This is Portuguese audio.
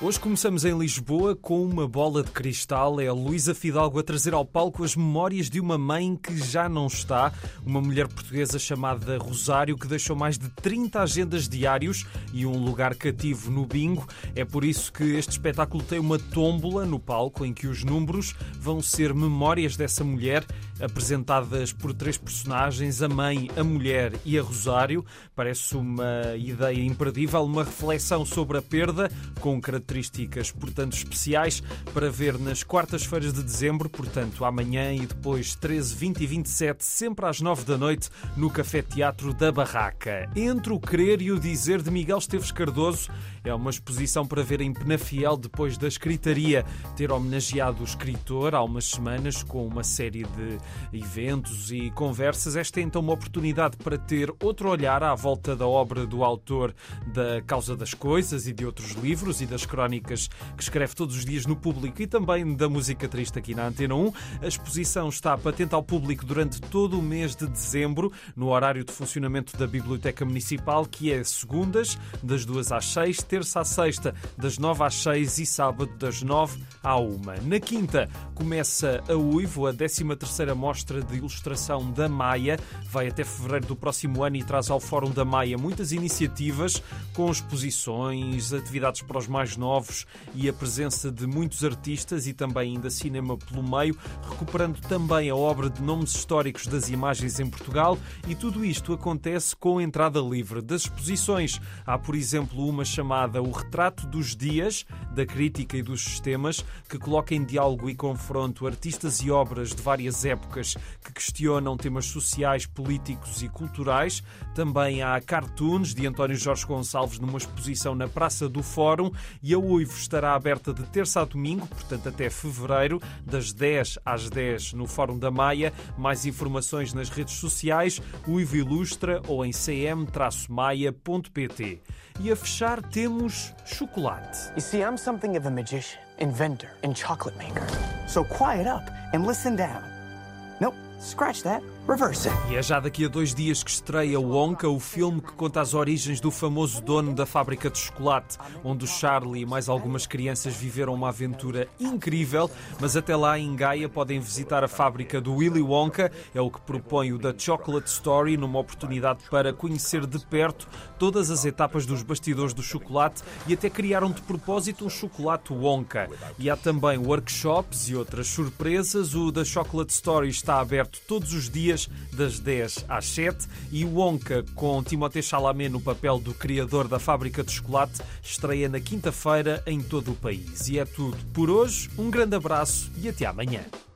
Hoje começamos em Lisboa com uma bola de cristal. É a Luísa Fidalgo a trazer ao palco as memórias de uma mãe que já não está. Uma mulher portuguesa chamada Rosário, que deixou mais de 30 agendas diários e um lugar cativo no bingo. É por isso que este espetáculo tem uma tómbola no palco em que os números vão ser memórias dessa mulher, apresentadas por 3 personagens, a mãe, a mulher e a Rosário. Parece uma ideia imperdível, uma reflexão sobre a perda, com características, portanto, especiais, para ver nas quartas-feiras de dezembro, portanto, amanhã e depois 13, 20 e 27, sempre às 9 da noite, no Café Teatro da Barraca. Entre o Querer e o Dizer, de Miguel Esteves Cardoso, é uma exposição para ver em Penafiel, depois da escritaria ter homenageado o escritor há umas semanas com uma série de eventos e conversas. Esta é então uma oportunidade para ter outro olhar à volta da obra do autor da Causa das Coisas e de outros livros e das crónicas que escreve todos os dias no Público e também da música triste aqui na Antena 1. A exposição está patente ao público durante todo o mês de dezembro, no horário de funcionamento da Biblioteca Municipal, que é segundas, das 2 às 6, terça à sexta, das 9 às 6 e sábado, das 9 à 1. Na quinta, começa a Uivo, a 13ª Mostra de Ilustração da Maia. Vai até fevereiro do próximo ano e traz ao Fórum da Maia muitas iniciativas, com exposições, atividades para os mais novos e a presença de muitos artistas e também ainda cinema pelo meio, recuperando também a obra de nomes históricos das imagens em Portugal, e tudo isto acontece com entrada livre. Das exposições, há, por exemplo, uma chamada O Retrato dos Dias, da Crítica e dos Sistemas, que coloca em diálogo e confronto artistas e obras de várias épocas que questionam temas sociais, políticos e culturais. Também há Cartoons, de António Jorge Gonçalves, numa exposição na Praça do Fórum, e a Uivo estará aberta de terça a domingo, portanto até fevereiro, das 10 às 10 no Fórum da Maia. Mais informações nas redes sociais, Uivo Ilustra ou em cm-maia.pt. E a fechar temos chocolate. You see, I'm something of a magician, inventor, and chocolate maker. So quiet up and listen down. Nope, scratch that. Reverse it. E é já daqui a 2 dias que estreia Wonka, o filme que conta as origens do famoso dono da fábrica de chocolate, onde o Charlie e mais algumas crianças viveram uma aventura incrível. Mas até lá, em Gaia, podem visitar a fábrica do Willy Wonka. É o que propõe o The Chocolate Story, numa oportunidade para conhecer de perto todas as etapas dos bastidores do chocolate e até criaram de propósito um chocolate Wonka. E há também workshops e outras surpresas. O The Chocolate Story está aberto todos os dias, das 10 às 7, e o Wonka, com Timothée Chalamet no papel do criador da fábrica de chocolate, estreia na quinta-feira em todo o país. E é tudo por hoje. Um grande abraço e até amanhã.